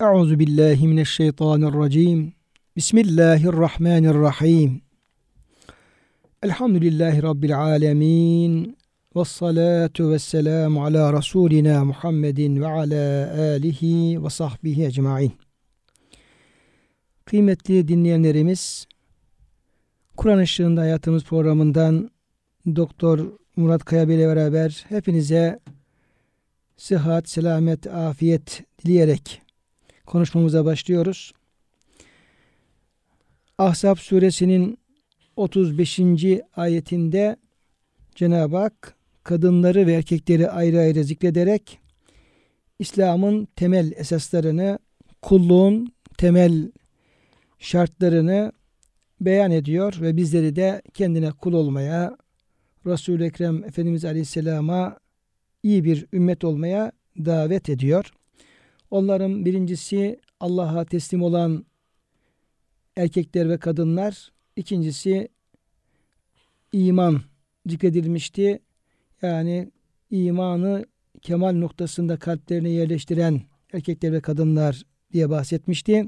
Euzu billahi mineşşeytanirracim. Bismillahirrahmanirrahim. Elhamdülillahi rabbil alamin. Ves salatu vesselamu ala rasulina Muhammedin ve ala alihi ve sahbihi ecmaîn. Kıymetli dinleyenlerimiz, Kur'an Işığında Hayatımız programından Doktor Murat Kaya Bey ile beraber hepinize sıhhat, selamet, afiyet dileyerek konuşmamıza başlıyoruz. Ahzab suresinin 35. ayetinde Cenab-ı Hak kadınları ve erkekleri ayrı ayrı zikrederek İslam'ın temel esaslarını, kulluğun temel şartlarını beyan ediyor ve bizleri de kendine kul olmaya, Resul-i Ekrem Efendimiz Aleyhisselam'a iyi bir ümmet olmaya davet ediyor. Onların birincisi Allah'a teslim olan erkekler ve kadınlar, ikincisi iman zikredilmişti. Yani imanı kemal noktasında kalplerine yerleştiren erkekler ve kadınlar diye bahsetmişti.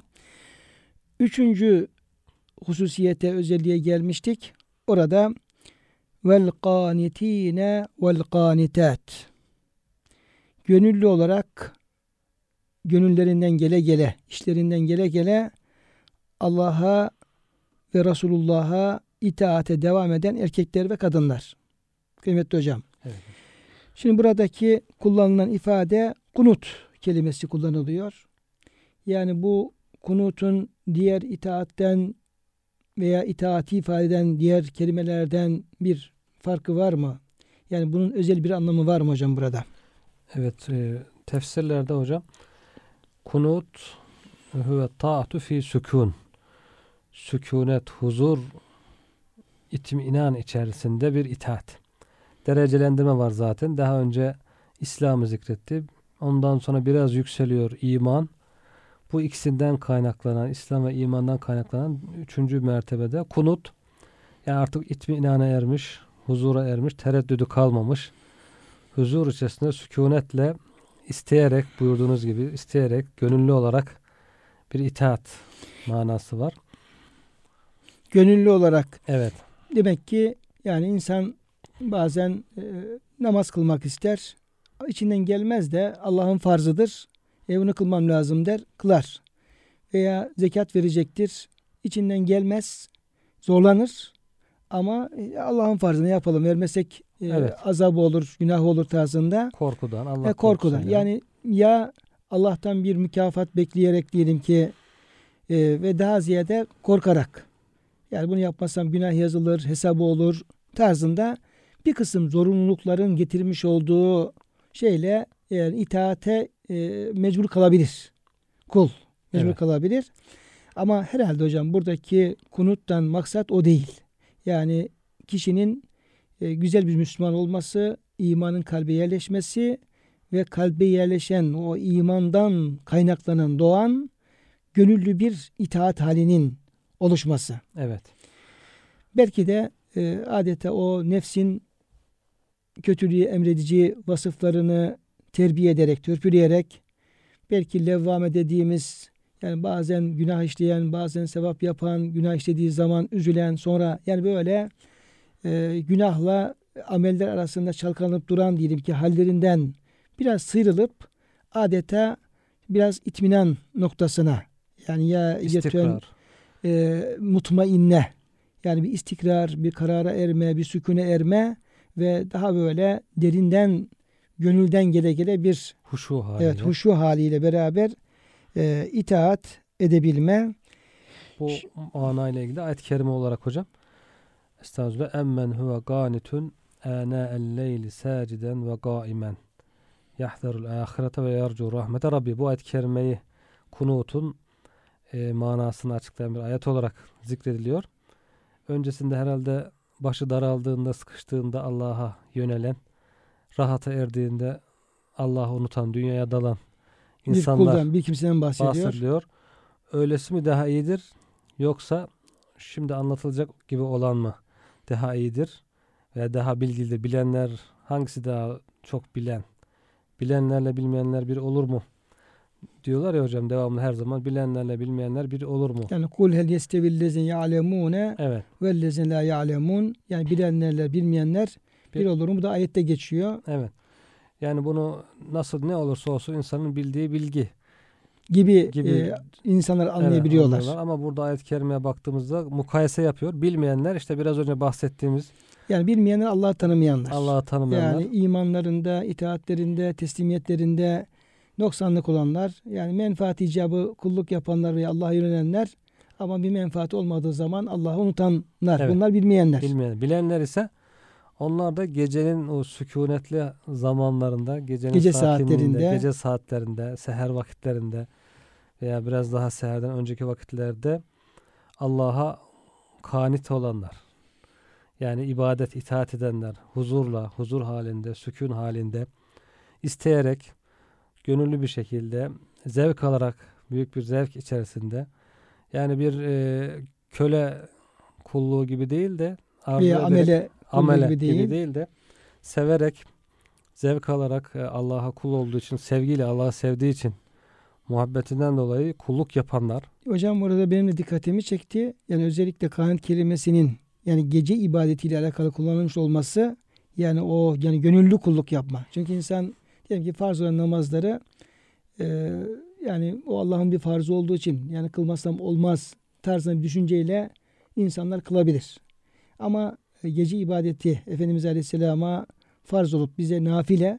Üçüncü hususiyete, özelliğe gelmiştik. Orada vel qanitine vel qanitat, gönüllü olarak gönüllerinden gele gele, işlerinden gele gele Allah'a ve Resulullah'a itaate devam eden erkekler ve kadınlar. Kıymetli hocam. Evet. Şimdi buradaki kullanılan ifade kunut kelimesi kullanılıyor. Yani bu kunutun diğer itaatten veya itaati ifade eden diğer kelimelerden bir farkı var mı? Yani bunun özel bir anlamı var mı hocam burada? Evet, tefsirlerde hocam kunut huve taatu fi sükun, sükunet, huzur, itminan içerisinde bir itaat. Derecelendirme var zaten. Daha önce İslam'ı zikretti. Ondan sonra biraz yükseliyor iman. Bu ikisinden kaynaklanan, İslam ve imandan kaynaklanan üçüncü mertebede kunut. Yani artık itminana ermiş, huzura ermiş, tereddüdü kalmamış. Huzur içerisinde sükunetle isteyerek, buyurduğunuz gibi isteyerek, gönüllü olarak bir itaat manası var. Gönüllü olarak. Evet. Demek ki yani insan bazen namaz kılmak ister. İçinden gelmez de Allah'ın farzıdır. Bunu kılmam lazım der, kılar. Veya zekat verecektir. İçinden gelmez, zorlanır. Ama Allah'ın farzını yapalım. Vermesek Evet. azabı olur, günah olur tarzında. Korkudan, Allah Korkudan. korkusuyla. Yani ya Allah'tan bir mükafat bekleyerek diyelim ki ve daha ziyade korkarak. Yani bunu yapmazsam günah yazılır, hesabı olur tarzında bir kısım zorunlulukların getirmiş olduğu şeyle yani itaate mecbur kalabilir. Kul mecbur Evet. kalabilir. Ama herhalde hocam buradaki kunuttan maksat o değil. Yani kişinin güzel bir Müslüman olması, imanın kalbe yerleşmesi ve kalbe yerleşen o imandan kaynaklanan doğan gönüllü bir itaat halinin oluşması. Evet. Belki de adeta o nefsin kötülüğü emredici vasıflarını terbiye ederek, törpüleyerek belki levvame dediğimiz yani bazen günah işleyen, bazen sevap yapan, günah işlediği zaman üzülen, sonra yani böyle günahla ameller arasında çalkalanıp duran diyelim ki hallerinden biraz sıyrılıp adeta biraz itminan noktasına yani ya yeten İstikrar. mutmainne yani bir istikrar, bir karara erme, bir sükûne erme ve daha böyle derinden, gönülden gele gele bir Huşu haliyle. huşu haliyle beraber itaat edebilme. Bu manayla ilgili ayet-i kerime olarak hocam. Estağfirullah. Emmen huve ganitun ânâ'el leyli sâciden ve gâimen yahdharul âhirete ve yarcu rahmete Rabbi. Bu ayet-i kerimeyi kunutun manasını açıklayan bir ayet olarak zikrediliyor. Öncesinde herhalde başı daraldığında, sıkıştığında Allah'a yönelen, rahata erdiğinde Allah'ı unutan, dünyaya dalan insanlar Bir kuldan, bir kimseden bahsediyor. Öylesi mi daha iyidir? Yoksa şimdi anlatılacak gibi olan mı daha iyidir? Veya daha bilgilidir? Bilenler hangisi daha çok bilen? Bilenlerle bilmeyenler bir olur mu? diyorlar ya hocam devamlı her zaman bilenlerle bilmeyenler bir olur mu? Yani kul hel yestevillezin ya'lemune Evet. vellezin la ya'lemun. Yani bilenlerle bilmeyenler bir olur mu? Bu da ayette geçiyor. Evet. Yani bunu nasıl ne olursa olsun insanın bildiği bilgi Gibi gibi insanlar evet, anlayabiliyorlar. anlıyorlar. Ama burada ayet-i kerimeye baktığımızda mukayese yapıyor. Bilmeyenler işte biraz önce bahsettiğimiz Yani bilmeyenler Allah'ı tanımayanlar. Allah'ı tanımayanlar. Yani imanlarında, itaatlerinde, teslimiyetlerinde noksanlık olanlar. Yani menfaat icabı kulluk yapanlar veya Allah'a yönelenler. Ama bir menfaat olmadığı zaman Allah'ı unutanlar. Evet. Bunlar bilmeyenler. Bilmeyen. Bilenler ise onlar da gecenin o sükunetli zamanlarında, gecenin Gece sakinliğinde, saatlerinde gece saatlerinde, seher vakitlerinde veya biraz daha seherden önceki vakitlerde Allah'a kanit olanlar. Yani ibadet, itaat edenler, huzurla, huzur halinde, sükun halinde, isteyerek, gönüllü bir şekilde, zevk alarak, büyük bir zevk içerisinde, yani bir köle kulluğu gibi değil de, arzu veya ederek, amele kulluğu amele gibi gibi değil. değil de, severek, zevk alarak, Allah'a kul olduğu için, sevgiyle Allah'ı sevdiği için, muhabbetinden dolayı kulluk yapanlar. Hocam orada benim de dikkatimi çekti. Yani özellikle kanıt kelimesinin yani gece ibadetiyle alakalı kullanılmış olması yani o yani gönüllü kulluk yapma. Çünkü insan diyelim ki farz olan namazları yani o Allah'ın bir farzı olduğu için yani kılmazsam olmaz tarzında bir düşünceyle insanlar kılabilir. Ama gece ibadeti Efendimiz Aleyhisselam'a farz olup bize nafile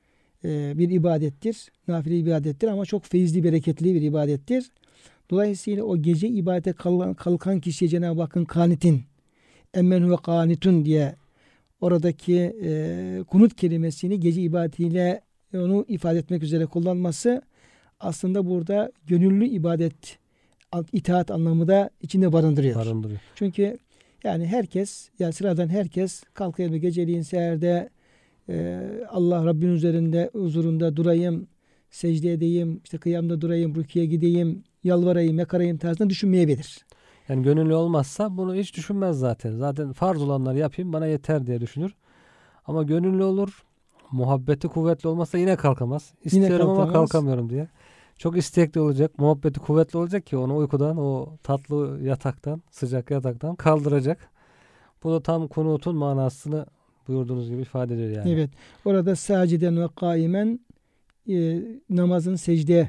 bir ibadettir. Nafile ibadettir ama çok feyizli, bereketli bir ibadettir. Dolayısıyla o gece ibadete kalkan kişiye Cenab-ı Hakk'ın kanitin emmen huve kanitun diye oradaki kunut kelimesini gece ibadetiyle onu ifade etmek üzere kullanması aslında burada gönüllü ibadet itaat anlamı da içinde barındırıyor. Çünkü yani herkes yani sıradan herkes kalkayım geceliğin seherde Allah Rabbin üzerinde huzurunda durayım, secde edeyim, işte kıyamda durayım, rüküye gideyim, yalvarayım, yakarayım tarzında düşünmeyebilir. Yani gönüllü olmazsa bunu hiç düşünmez zaten. Zaten farz olanları yapayım bana yeter diye düşünür. Ama gönüllü olur. Muhabbeti kuvvetli olmazsa yine kalkamaz. İstiyorum ama kalkamıyorum diye. Çok istekli olacak. Muhabbeti kuvvetli olacak ki onu uykudan, o tatlı yataktan, sıcak yataktan kaldıracak. Bu da tam kunutun manasını buyurduğunuz gibi ifade ediyor yani. Evet. Orada saciden ve kaimen namazın secde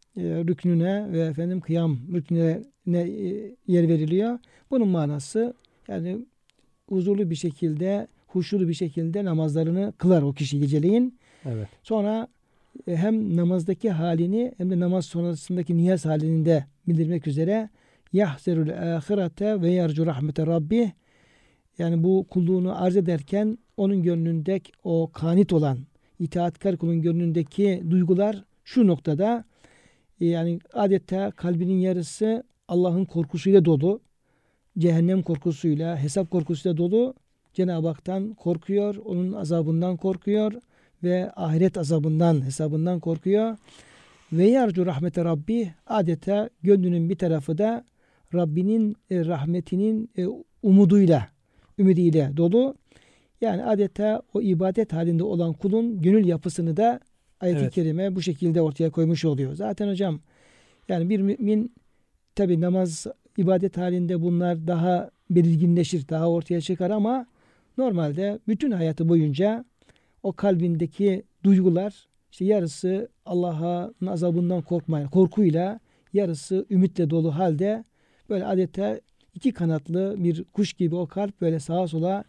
rüknüne ve kıyam rüknüne yer veriliyor. Bunun manası yani huzurlu bir şekilde, huşulu bir şekilde namazlarını kılar o kişi geceleyin. Evet. Sonra hem namazdaki halini hem de namaz sonrasındaki niyaz halini de bildirmek üzere yahzerul ahirete ve yercu rahmete rabbih, yani bu kulluğunu arz ederken onun gönlündeki o kanit olan itaatkar kulun gönlündeki duygular şu noktada yani adeta kalbinin yarısı Allah'ın korkusuyla dolu, cehennem korkusuyla, hesap korkusuyla dolu. Cenab-ı Hak'tan korkuyor, onun azabından korkuyor ve ahiret azabından, hesabından korkuyor. Ve yarcu rahmete Rabbi, adeta gönlünün bir tarafı da Rabbinin rahmetinin umuduyla, ümidiyle dolu. Yani adeta o ibadet halinde olan kulun gönül yapısını da ayet-i kerime bu şekilde ortaya koymuş oluyor. Zaten hocam yani bir mümin tabi namaz ibadet halinde bunlar daha belirginleşir, daha ortaya çıkar ama normalde bütün hayatı boyunca o kalbindeki duygular işte yarısı Allah'ın azabından korkuyla, yarısı ümitle dolu halde böyle adeta iki kanatlı bir kuş gibi o kalp böyle sağa sola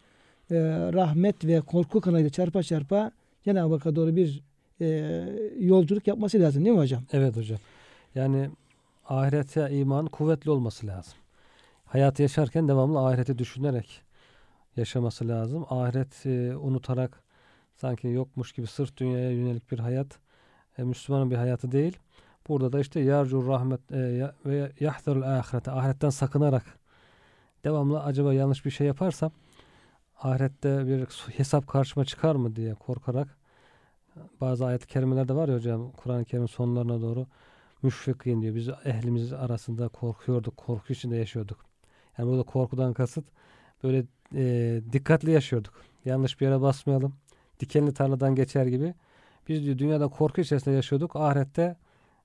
rahmet ve korku kanalıyla çarpa çarpa Cenab-ı Hakk'a doğru bir yolculuk yapması lazım değil mi hocam? Evet hocam. Yani ahirete iman kuvvetli olması lazım. Hayatı yaşarken devamlı ahireti düşünerek yaşaması lazım. Ahireti unutarak sanki yokmuş gibi sırf dünyaya yönelik bir hayat Müslümanın bir hayatı değil. Burada da işte yarcur rahmet ve yahdırul ahirete, ahiretten sakınarak devamlı acaba yanlış bir şey yaparsam ahirette bir hesap karşıma çıkar mı diye korkarak bazı ayet-i kerimelerde var ya hocam Kur'an-ı Kerim sonlarına doğru müşfikin diyor. Biz ehlimiz arasında korkuyorduk, korku içinde yaşıyorduk. Yani burada korkudan kasıt böyle dikkatli yaşıyorduk. Yanlış bir yere basmayalım. Dikenli tarladan geçer gibi. Biz diyor dünyada korku içerisinde yaşıyorduk. Ahirette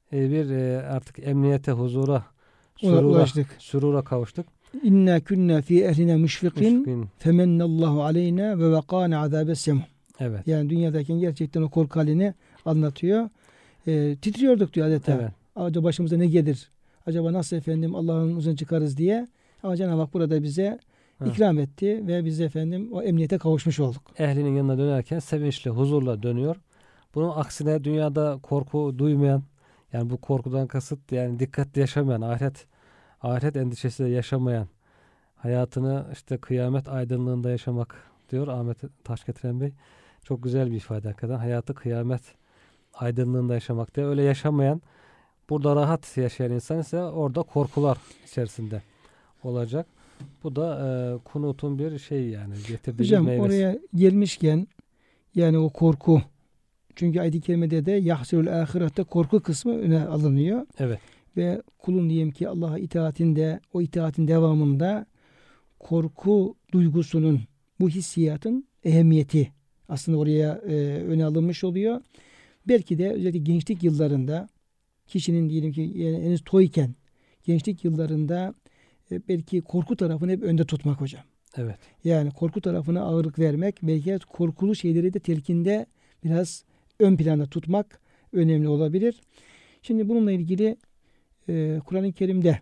artık emniyete, huzura, Ulaştık. sürura kavuştuk. İnna kunna fi ehlina müşfikin Müşfikin. femennallahu aleyna ve vekâne azâbes semû. Evet. Yani dünyadayken gerçekten o korku halini anlatıyor. Titriyorduk diyor adeta. Evet. Acaba başımıza ne gelir? Acaba nasıl efendim Allah'ın huzuruna çıkarız diye. Ama Cenab-ı Hak burada bize ikram etti ve biz efendim o emniyete kavuşmuş olduk. Ehlinin yanına dönerken sevinçle, huzurla dönüyor. Bunun aksine dünyada korku duymayan, yani bu korkudan kasıt yani dikkatli yaşamayan, ahiret endişesiyle yaşamayan, hayatını işte kıyamet aydınlığında yaşamak diyor Ahmet Taşgetiren Bey. Çok güzel bir ifade hakikaten. Hayatı kıyamet aydınlığında yaşamak diye. Öyle yaşamayan, burada rahat yaşayan insan ise orada korkular içerisinde olacak. Bu da kunutun bir şey yani getirdiği Hocam meyvesi. oraya gelmişken yani o korku, çünkü ayet-i kerimede de yahsirul ahirette korku kısmı öne alınıyor. Evet. Ve kulun diyelim ki Allah'a itaatinde, o itaatin devamında korku duygusunun, bu hissiyatın ehemmiyeti aslında oraya öne alınmış oluyor. Belki de özellikle gençlik yıllarında kişinin diyelim ki yani henüz toyken gençlik yıllarında belki korku tarafını hep önde tutmak hocam. Evet. Yani korku tarafına ağırlık vermek, belki korkulu şeyleri de telkinde biraz ön planda tutmak önemli olabilir. Şimdi bununla ilgili Kur'an-ı Kerim'de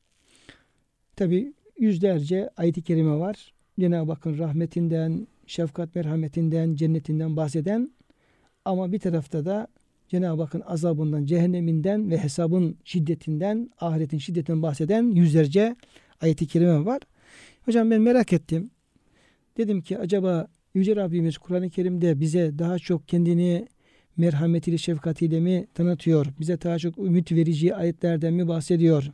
tabi yüzlerce ayet-i kerime var. Cenab-ı Hakk'ın rahmetinden, şefkat merhametinden, cennetinden bahseden, ama bir tarafta da Cenab-ı Hakk'ın azabından, cehenneminden ve hesabın şiddetinden, ahiretin şiddetinden bahseden yüzlerce ayet-i kerime var. Hocam ben merak ettim. Dedim ki acaba Yüce Rabbimiz Kur'an-ı Kerim'de bize daha çok kendini merhametiyle, şefkatiyle mi tanıtıyor? Bize daha çok ümit verici ayetlerden mi bahsediyor?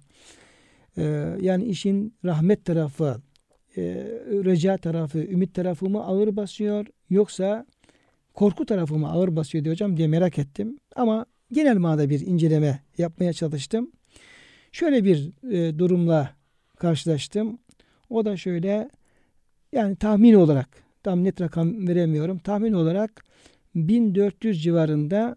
Yani işin rahmet tarafı, reca tarafı, ümit tarafı mı ağır basıyor? Yoksa korku tarafı mı ağır basıyor diye hocam diye merak ettim. Ama genel manada bir inceleme yapmaya çalıştım. Şöyle bir durumla karşılaştım. O da şöyle, yani tahmin olarak, tam net rakam veremiyorum. Tahmin olarak 1400 civarında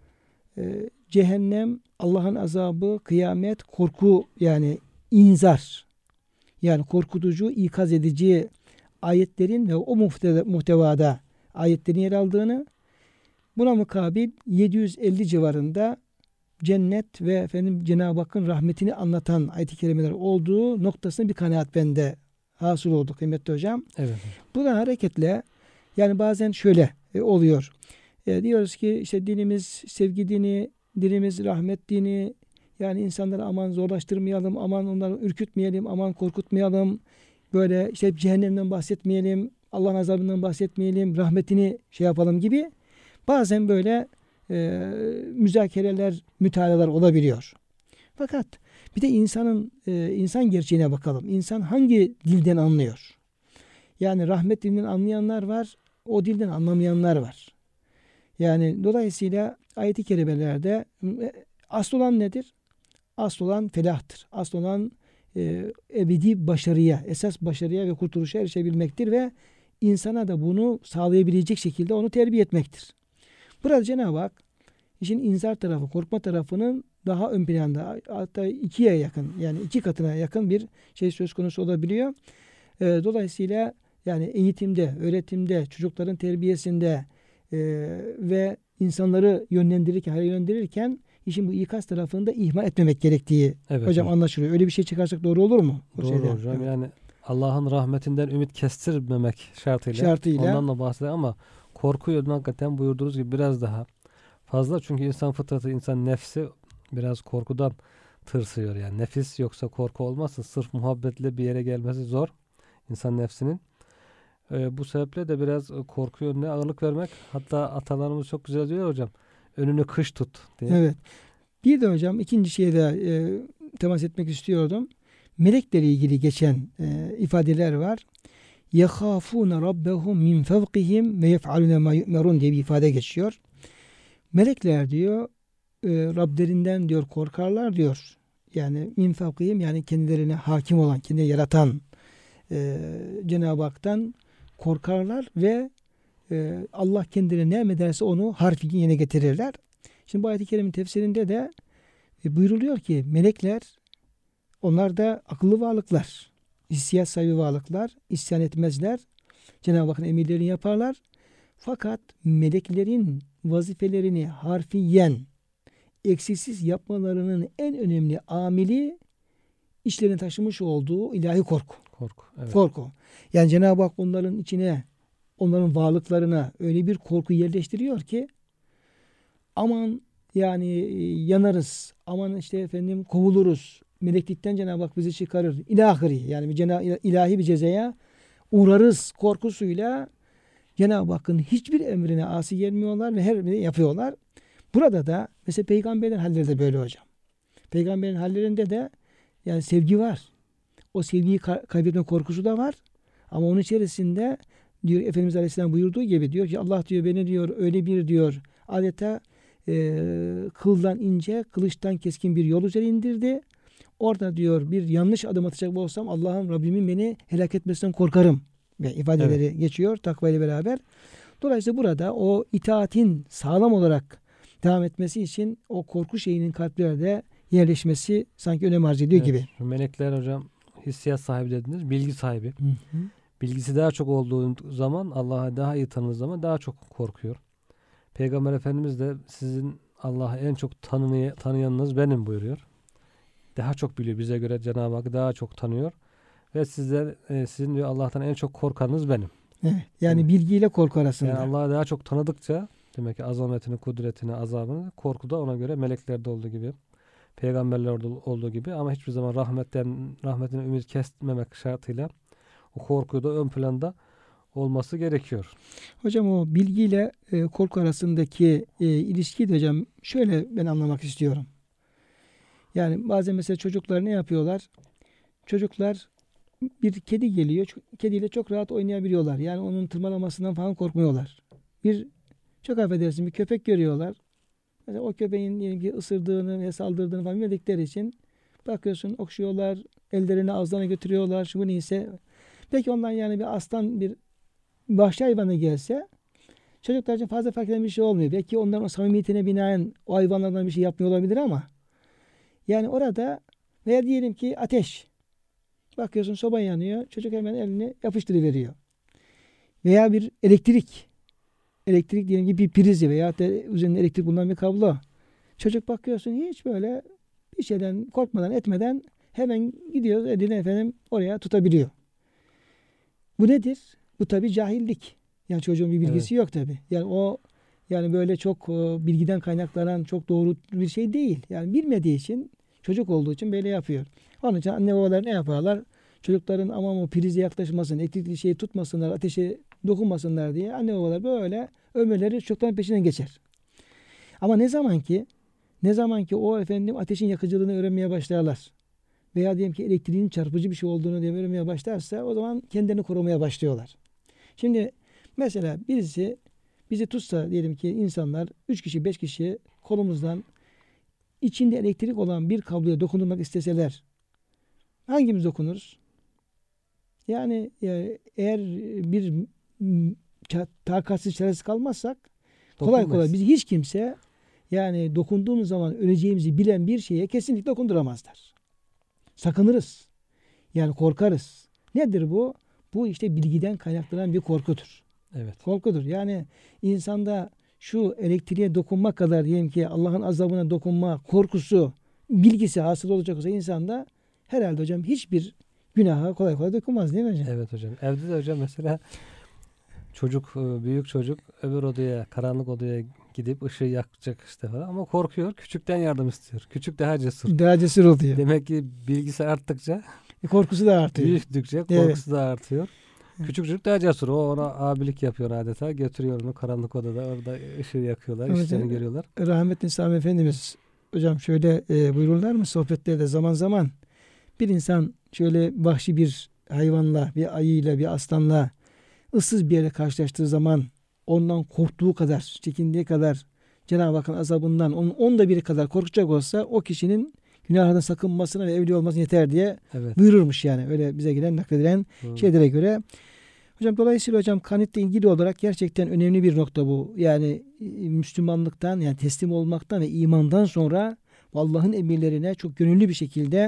cehennem, Allah'ın azabı, kıyamet, korku, yani inzar, yani korkutucu, ikaz edici ayetlerin ve o muhtevada ayetlerin yer aldığını, buna mukabil 750 civarında cennet ve efendim Cenab-ı Hakk'ın rahmetini anlatan ayet-i kerimeler olduğu noktasında bir kanaat bende hasıl oldu kıymetli hocam. Evet. Buna hareketle yani bazen şöyle oluyor. Diyoruz ki işte dinimiz sevgi dini, dinimiz rahmet dini. Yani insanları aman zorlaştırmayalım, aman onları ürkütmeyelim, aman korkutmayalım. Böyle işte hep cehennemden bahsetmeyelim, Allah'ın azabından bahsetmeyelim, rahmetini şey yapalım gibi. Bazen böyle müzakereler, mütalalar olabiliyor. Fakat bir de insan gerçeğine bakalım. İnsan hangi dilden anlıyor? Yani rahmet dilinden anlayanlar var, o dilden anlamayanlar var. Yani dolayısıyla ayet-i kerimelerde asıl olan nedir? Asıl olan felahtır. Asıl olan ebedi başarıya, esas başarıya ve kurtuluşa erişebilmektir ve insana da bunu sağlayabilecek şekilde onu terbiye etmektir. Burada Cenab-ı Hak işin inzar tarafı, korkma tarafının daha ön planda, hatta ikiye yakın, yani 2 katına yakın bir şey söz konusu olabiliyor. Dolayısıyla yani eğitimde, öğretimde, çocukların terbiyesinde ve insanları yönlendirirken işin bu ikaz tarafını da ihmal etmemek gerektiği hocam anlaşılıyor. Öyle bir şey çıkarsak doğru olur mu? Doğru hocam. Evet. Yani Allah'ın rahmetinden ümit kestirmemek şartıyla. Ondan da bahsediyor ama korku yönünden hakikaten buyurduğunuz gibi biraz daha fazla. Çünkü insan fıtratı, insan nefsi biraz korkudan tırsıyor. Yani nefis yoksa korku olmazsa sırf muhabbetle bir yere gelmesi zor insan nefsinin. Bu sebeple de biraz korku yönüne ağırlık vermek. Hatta atalarımız çok güzel diyor hocam. Önünü kış tut diye. Evet. Bir de hocam ikinci şeye de temas etmek istiyordum. Meleklerle ilgili geçen ifadeler var. يَخَافُونَ رَبَّهُمْ مِنْ فَوْقِهِمْ وَيَفْعَلُونَ مَا يُؤْمَرُونَ diye bir ifade geçiyor. Melekler diyor Rablerinden diyor korkarlar diyor. Yani min fevkihim, yani kendilerine hakim olan, kendini yaratan Cenab-ı Hak'tan korkarlar ve Allah kendilerine ne emrederse onu harfiyen yerine getirirler. Şimdi bu ayet-i kerimin tefsirinde de Buyruluyor ki melekler, onlar da akıllı varlıklar. Hissiyat sahibi varlıklar. İsyan etmezler. Cenab-ı Hakk'ın emirlerini yaparlar. Fakat meleklerin vazifelerini harfiyen eksiksiz yapmalarının en önemli amili içlerine taşımış olduğu ilahi korku. Korku. Evet. Korku. Yani Cenab-ı Hak onların içine, onların varlıklarına öyle bir korku yerleştiriyor ki aman yani yanarız, aman işte efendim kovuluruz, meleklikten Cenab-ı Hak bizi çıkarır. İlahiri yani ilahi bir cezaya uğrarız korkusuyla Cenab-ı Hakk'ın hiçbir emrine asi gelmiyorlar ve her emrini yapıyorlar. Burada da mesela peygamberin halleri de böyle hocam. Peygamberin hallerinde de yani sevgi var. O sevgiyi kaybetme korkusu da var. Ama onun içerisinde diyor Efendimiz Aleyhisselam buyurduğu gibi diyor ki Allah diyor beni diyor öyle bir diyor adeta kıldan ince, kılıçtan keskin bir yol üzere indirdi. Orada diyor bir yanlış adım atacak olsam Allah'ım Rabbimin beni helak etmesinden korkarım ve ifadeleri geçiyor takva ile beraber. Dolayısıyla burada o itaatin sağlam olarak devam etmesi için o korku şeyinin kalplerde yerleşmesi sanki önem arz ediyor gibi. Şu melekler hocam hissiyat sahibi dediniz, bilgi sahibi. Hı hı. Bilgisi daha çok olduğu zaman, Allah'ı daha iyi tanıdığı zaman daha çok korkuyor. Peygamber Efendimiz de sizin Allah'ı en çok tanıyanınız benim buyuruyor. Daha çok biliyor. Bize göre Cenab-ı Hakk'ı daha çok tanıyor. Ve sizin diyor Allah'tan en çok korkanınız benim. Evet, yani bilgiyle korku arasında. Yani Allah'ı daha çok tanıdıkça demek ki azametini, kudretini, azabını, korku da ona göre meleklerde olduğu gibi, peygamberlerde olduğu gibi ama hiçbir zaman rahmetine ümit kesmemek şartıyla o korkuyu da ön planda olması gerekiyor. Hocam o bilgiyle korku arasındaki ilişkiyi de hocam şöyle ben anlamak istiyorum. Yani bazen mesela çocuklar ne yapıyorlar? Çocuklar bir kedi geliyor. Kediyle çok rahat oynayabiliyorlar. Yani onun tırmalamasından falan korkmuyorlar. Çok affedersin bir köpek görüyorlar. Mesela o köpeğin diyelim ki ısırdığını ve saldırdığını falan bilmedikleri için bakıyorsun okşuyorlar, ellerini ağızlarına götürüyorlar. Şu bu neyse. Peki ondan yani bir aslan bir vahşi hayvanı gelse çocuklar için fazla fark eden bir şey olmuyor. Belki onların o samimiyetine binaen o hayvanlardan bir şey yapmıyor olabilir ama yani orada veya diyelim ki ateş. Bakıyorsun soba yanıyor. Çocuk hemen elini yapıştırıveriyor. Veya bir elektrik. Elektrik diyelim ki bir prizi veya da üzerinde elektrik bulunan bir kablo. Çocuk bakıyorsun hiç böyle bir şeyden korkmadan etmeden hemen gidiyor elini efendim oraya tutabiliyor. Bu nedir? Bu tabi cahillik. Yani çocuğun bir bilgisi yok tabi. Yani o yani böyle çok bilgiden kaynaklanan çok doğru bir şey değil. Yani bilmediği için çocuk olduğu için böyle yapıyor. Onun için anne babalar ne yaparlar? Çocukların aman o prize yaklaşmasın, elektrikli şeyi tutmasınlar, ateşe dokunmasınlar diye anne babalar böyle ömürleri çocukların peşinden geçer. Ama ne zaman ki o efendim ateşin yakıcılığını öğrenmeye başlarlar veya diyelim ki elektriğin çarpıcı bir şey olduğunu diye öğrenmeye başlarsa o zaman kendilerini korumaya başlıyorlar. Şimdi mesela birisi bizi tutsa diyelim ki insanlar 3 kişi 5 kişi kolumuzdan içinde elektrik olan bir kabloya dokunmak isteseler hangimiz dokunuruz? Yani eğer bir takatsiz çaresiz kalmazsak kolay bizi hiç kimse yani dokunduğumuz zaman öleceğimizi bilen bir şeye kesinlikle dokunduramazlar. Sakınırız. Yani korkarız. Nedir bu? Bu işte bilgiden kaynaklanan bir korkudur. Evet. Korkudur. Yani insanda şu elektriğe dokunma kadar diyelim ki Allah'ın azabına dokunma korkusu, bilgisi hasıl olacak olsa insanda herhalde hocam hiçbir günaha kolay kolay dokunmaz değil mi hocam? Evet hocam. Evde de hocam mesela büyük çocuk öbür odaya, karanlık odaya gidip ışığı yakacak işte falan ama korkuyor. Küçükten yardım istiyor. Küçük daha cesur. Daha cesur oluyor. Demek ki bilgisi arttıkça korkusu da artıyor. Büyüdükçe korkusu da artıyor. Küçük çocuk daha cesur. O ona abilik yapıyor adeta. Götürüyor onu karanlık odada. Orada ışığı yakıyorlar. İşlerini görüyorlar. Rahmetli Sami Efendimiz hocam şöyle buyururlar mı sohbetlerde zaman zaman bir insan şöyle vahşi bir hayvanla, bir ayıyla, bir aslanla ıssız bir yere karşılaştığı zaman ondan korktuğu kadar, çekindiği kadar Cenab-ı Hakk'ın azabından onun onda biri kadar korkacak olsa o kişinin günahlardan sakınmasına ve evli olmasına yeter diye buyururmuş yani. Öyle bize gelen nakledilen şeylere göre. Hocam dolayısıyla hocam kanitle ilgili olarak gerçekten önemli bir nokta bu. Yani Müslümanlıktan yani teslim olmaktan ve imandan sonra Allah'ın emirlerine çok gönüllü bir şekilde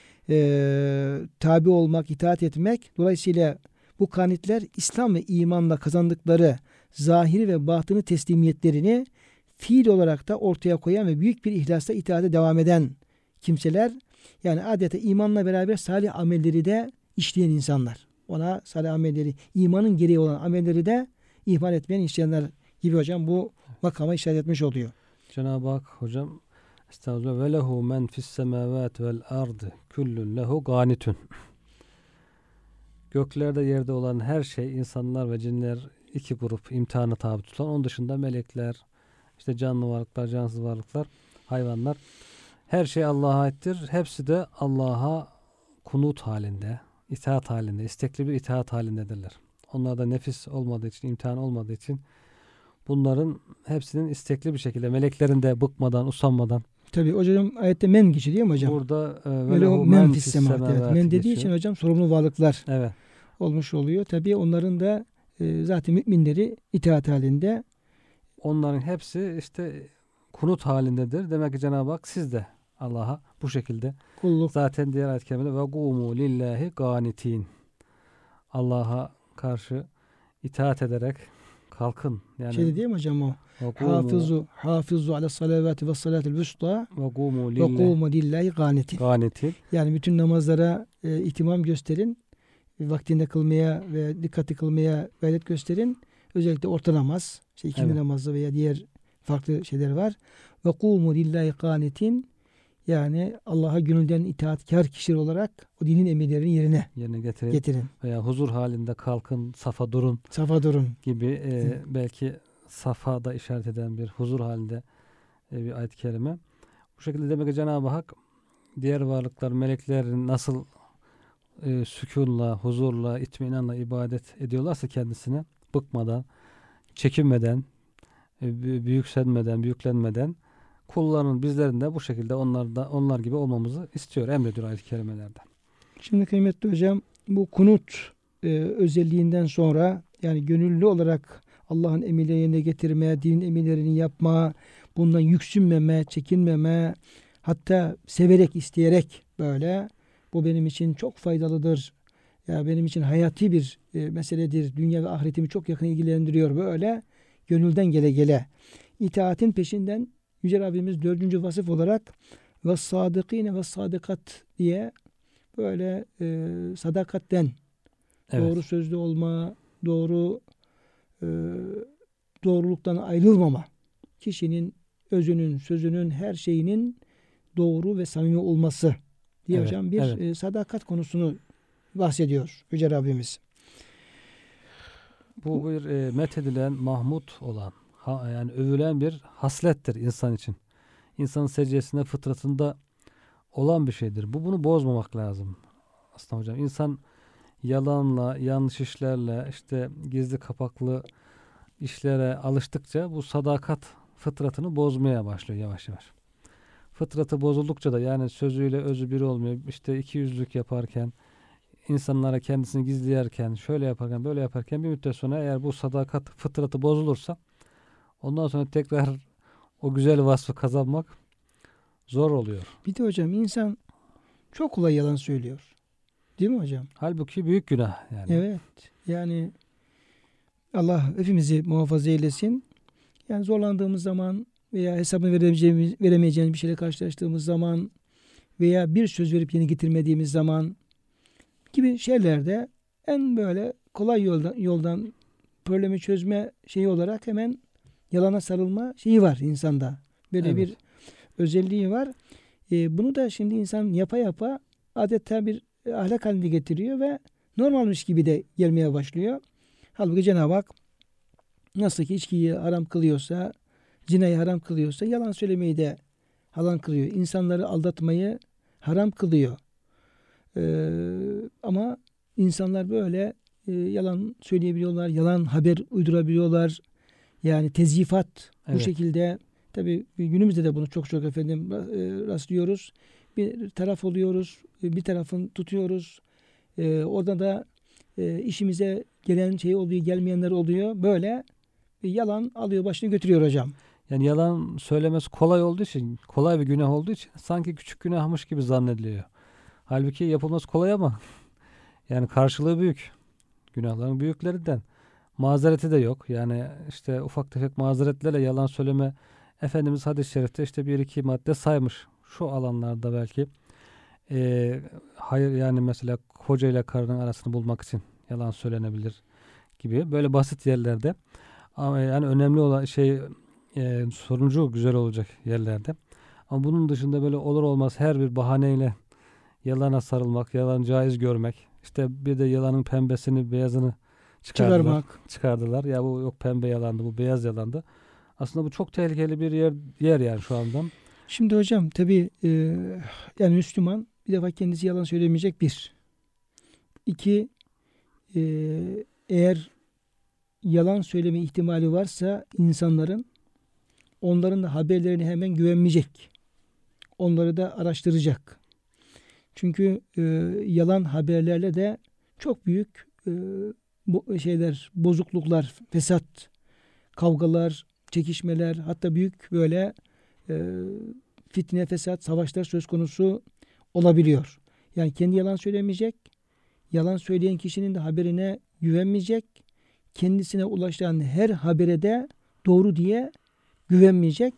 tabi olmak, itaat etmek. Dolayısıyla bu kanitler İslam ve imanla kazandıkları zahiri ve batını teslimiyetlerini fiil olarak da ortaya koyan ve büyük bir ihlasla itaate devam eden kimseler. Yani adeta imanla beraber salih amelleri de işleyen insanlar. Ona salih amelleri, imanın gereği olan amelleri de ihmal etmeyen işleyenler gibi hocam bu makama işaret etmiş oluyor. Cenab-ı Hak hocam estağfurullah ve lehu men fis semavati vel ardı kullun lehu ganitun. Göklerde yerde olan her şey, insanlar ve cinler iki grup imtihana tabi tutulan. Onun dışında melekler, işte canlı varlıklar, cansız varlıklar, hayvanlar. Her şey Allah'a aittir. Hepsi de Allah'a kunut halinde, itaat halinde, istekli bir itaat halindedirler. Onlarda nefis olmadığı için, imtihan olmadığı için bunların hepsinin istekli bir şekilde, meleklerin de bıkmadan, usanmadan. Tabii hocam ayette men geçiyor değil mi hocam? Burada Böyle o men fis semavati. Evet. Men dediği için hocam sorumlu varlıklar evet. olmuş oluyor. Tabii onların da zaten müminleri itaat halinde. Onların hepsi işte kunut halindedir. Demek ki Cenab-ı Hak siz de Allah'a bu şekilde Kulluk. zaten diğer ayet-i kerimede ve gumu lillahi ganitin. Allah'a karşı itaat ederek kalkın. Yani Şey değil mi hocam o? Hafizu ala salavati ve salatil vusta ve gumu ve kumu lillahi ganitin. ganitin. Yani bütün namazlara ihtimam gösterin. Vaktinde kılmaya ve dikkatli kılmaya gayret gösterin. Özellikle orta namaz, ikindi namazı veya diğer farklı şeyler var. Ve kumu lillahi ganitin. Yani Allah'a gönülden itaatkar kişiler olarak o dinin emirlerini yerine getirin. Veya huzur halinde kalkın, safa durun. Safa durun. Gibi belki safa da işaret eden bir huzur halinde bir ayet-i kerime. Bu şekilde demek ki Cenab-ı Hak diğer varlıklar, meleklerin nasıl sükunla, huzurla, itminanla ibadet ediyorlarsa kendisine bıkmadan, çekinmeden, büyüklenmeden kullarının, bizlerin de bu şekilde onlar gibi olmamızı istiyor, emrediyor ayet-i kerimelerde. Şimdi kıymetli hocam bu kunut özelliğinden sonra yani gönüllü olarak Allah'ın emirlerini yerine getirmeye, dinin emirlerini yapma, bundan yüksünmeme, çekinmeme, hatta severek, isteyerek böyle bu benim için çok faydalıdır. Ya benim için hayati bir meseledir. Dünya ve ahiretimi çok yakın ilgilendiriyor. Böyle gönülden gele itaatin peşinden Yüce Rabbimiz 4. vasıf olarak ve sadıkine ve sadikat diye böyle sadakatten doğru sözlü olma, doğruluktan ayrılmama, kişinin özünün, sözünün, her şeyinin doğru ve samimi olması diye hocam bir sadakat konusunu bahsediyor Yüce Rabbimiz. Bu bir methedilen, mahmut olan, yani övülen bir haslettir insan için. İnsanın secdesinde, fıtratında olan bir şeydir. Bunu bozmamak lazım. Aslında hocam insan yalanla, yanlış işlerle, işte gizli kapaklı işlere alıştıkça bu sadakat fıtratını bozmaya başlıyor yavaş yavaş. Fıtratı bozuldukça da yani sözüyle özü bir olmuyor. İşte ikiyüzlülük yaparken, insanlara kendisini gizleyerken, şöyle yaparken, böyle yaparken bir müddet sonra eğer bu sadakat fıtratı bozulursa ondan sonra tekrar o güzel vasfı kazanmak zor oluyor. Bir de hocam insan çok kolay yalan söylüyor. Değil mi hocam? Halbuki büyük günah yani. Evet. Yani Allah hepimizi muhafaza eylesin. Yani zorlandığımız zaman veya hesabını veremeyeceğimiz bir şeyle karşılaştığımız zaman veya bir söz verip yeni getirmediğimiz zaman gibi şeylerde en böyle kolay yoldan problemi çözme şeyi olarak hemen yalana sarılma şeyi var insanda. Böyle bir özelliği var. Bunu da şimdi insan yapa adeta bir ahlak halinde getiriyor ve normalmiş gibi de gelmeye başlıyor. Halbuki Cenab-ı Hak nasıl ki içkiyi haram kılıyorsa, zinayı haram kılıyorsa yalan söylemeyi de haram kılıyor. İnsanları aldatmayı haram kılıyor. Ama insanlar böyle yalan söyleyebiliyorlar, yalan haber uydurabiliyorlar. Yani tezyifat bu şekilde. Tabii günümüzde de bunu çok rastlıyoruz. Bir taraf oluyoruz, bir tarafın tutuyoruz. Orada da işimize gelen şey oluyor, gelmeyenler oluyor. Böyle yalan alıyor başını götürüyor hocam. Yani yalan söylemesi kolay olduğu için, kolay bir günah olduğu için sanki küçük günahmış gibi zannediliyor. Halbuki yapılması kolay ama yani karşılığı büyük. Günahların büyüklerinden. Mazereti de yok. Yani işte ufak tefek mazeretlerle yalan söyleme, Efendimiz hadis-i şerifte işte bir iki madde saymış. Şu alanlarda belki hayır, yani mesela koca ile karının arasını bulmak için yalan söylenebilir gibi böyle basit yerlerde, ama yani önemli olan şey sonucu güzel olacak yerlerde. Ama bunun dışında böyle olur olmaz her bir bahaneyle yalana sarılmak, yalan caiz görmek. İşte bir de yalanın pembesini, beyazını Çıkarmak. çıkardılar. Ya bu yok pembe yalandı, bu beyaz yalandı. Aslında bu çok tehlikeli bir yer yani şu andan. Şimdi hocam tabii yani Müslüman bir defa kendisi yalan söylemeyecek bir. İki, e, eğer yalan söyleme ihtimali varsa insanların, onların da haberlerine hemen güvenmeyecek. Onları da araştıracak. Çünkü yalan haberlerle de çok büyük bozukluklar, fesat, kavgalar, çekişmeler, hatta büyük böyle e, fitne, fesat, savaşlar söz konusu olabiliyor. Yani kendi yalan söylemeyecek, yalan söyleyen kişinin de haberine güvenmeyecek, kendisine ulaşan her habere de doğru diye güvenmeyecek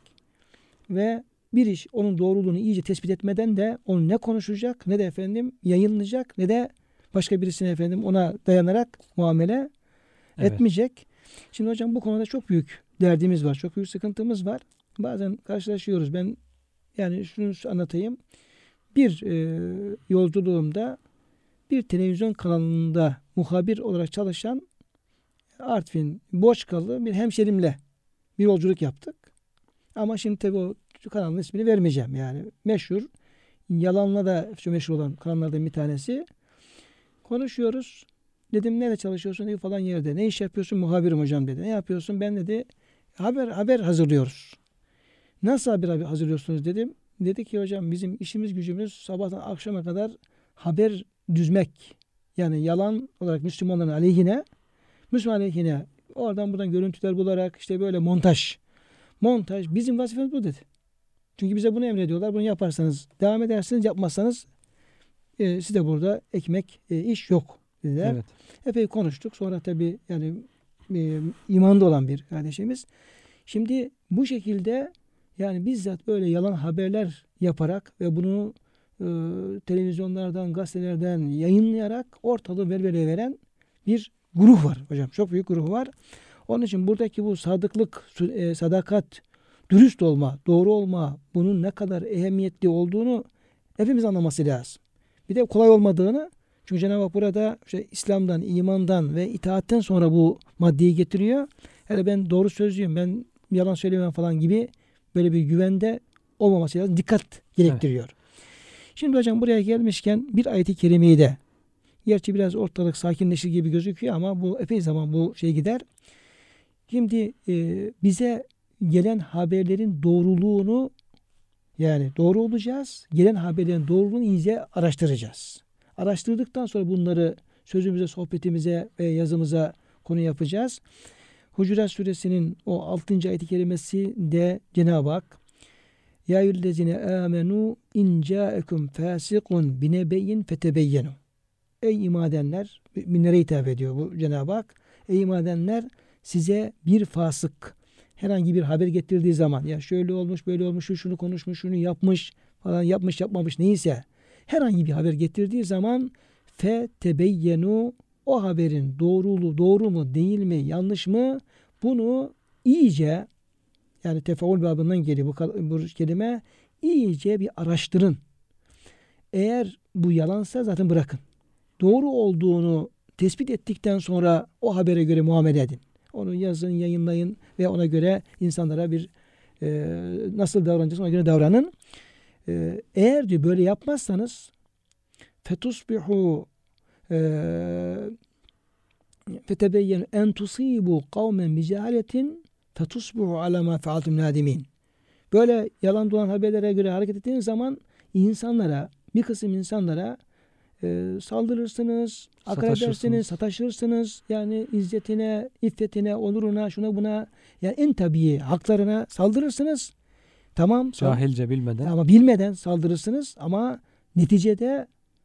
ve bir iş onun doğruluğunu iyice tespit etmeden de onu ne konuşacak, ne de efendim yayınlayacak, ne de başka birisine efendim ona dayanarak muamele Evet. etmeyecek. Şimdi hocam bu konuda çok büyük derdimiz var. Çok büyük sıkıntımız var. Bazen karşılaşıyoruz. Ben yani şunu anlatayım. Bir yolculuğumda bir televizyon kanalında muhabir olarak çalışan Artvin Boçkalı bir hemşerimle bir yolculuk yaptık. Ama şimdi tabii o kanalın ismini vermeyeceğim. Yani meşhur, yalanla da şu meşhur olan kanallardan bir tanesi. Konuşuyoruz. Dedim nerede çalışıyorsun? Dedi, falan yerde. Ne iş yapıyorsun? Muhabirim hocam dedi. Ne yapıyorsun? Ben dedi haber hazırlıyoruz. Nasıl haber hazırlıyorsunuz dedim. Dedi ki hocam bizim işimiz gücümüz sabahtan akşama kadar haber düzmek. Yani yalan olarak Müslümanların aleyhine, Müslüman aleyhine oradan buradan görüntüler bularak işte böyle montaj. Montaj bizim vazifemiz bu dedi. Çünkü bize bunu emrediyorlar. Bunu yaparsanız devam edersiniz, yapmazsanız size burada ekmek iş yok dediler. Evet. Epey konuştuk. Sonra tabii yani imanda olan bir kardeşimiz. Şimdi bu şekilde yani bizzat böyle yalan haberler yaparak ve bunu televizyonlardan, gazetelerden yayınlayarak ortalığı velveleye veren bir grup var hocam. Çok büyük grup var. Onun için buradaki bu sadıklık, sadakat, dürüst olma, doğru olma, bunun ne kadar ehemmiyetli olduğunu hepimiz anlaması lazım. Bir de kolay olmadığını, çünkü Cenab-ı Hak burada işte İslam'dan, imandan ve itaatten sonra bu maddeyi getiriyor. Hele ben doğru sözlüyüm, ben yalan söylemem falan gibi böyle bir güvende olmaması lazım. Dikkat gerektiriyor. Evet. Şimdi hocam buraya gelmişken bir ayet-i kerimeyi de, gerçi biraz ortalık sakinleşir gibi gözüküyor ama bu epey zaman bu şey gider. Şimdi bize gelen haberlerin doğruluğunu, yani doğru olacağız. Gelen haberlerin doğruluğunu iyice araştıracağız. Araştırdıktan sonra bunları sözümüze, sohbetimize ve yazımıza konu yapacağız. Hucurat suresinin o 6. ayet-i kerimesi de Cenab-ı Hak Ya eyyühellezine amenu in ca'ekum fasiqun binebeyin fetebeyyenu. Ey iman edenler, müminlere hitap ediyor bu Cenab-ı Hak. Ey iman edenler, size bir fasık herhangi bir haber getirdiği zaman, ya şöyle olmuş, böyle olmuş, şunu konuşmuş, şunu yapmış falan, yapmış yapmamış neyse, herhangi bir haber getirdiği zaman fetebeyyenu, o haberin doğruluğu, doğru mu değil mi, yanlış mı, bunu iyice, yani tefeul babından geliyor bu kelime, iyice bir araştırın. Eğer bu yalansa zaten bırakın. Doğru olduğunu tespit ettikten sonra o habere göre muamele edin. Onu yazın, yayınlayın ve ona göre insanlara bir nasıl davranacağız ona göre davranın. Eğer diyor böyle yapmazsanız fetusbihu fetebeyyenu en tusibu kavmen bicehaletin fetusbihu ala ma fealtum nadimin. Böyle yalan dolan haberlere göre hareket ettiğiniz zaman insanlara, bir kısım insanlara saldırırsınız, hakaret edersiniz, sataşırsınız. Yani izzetine, iffetine, onuruna, şuna buna, yani en tabii haklarına saldırırsınız. Tamam. Cahilce, bilmeden. Ama bilmeden saldırırsınız ama neticede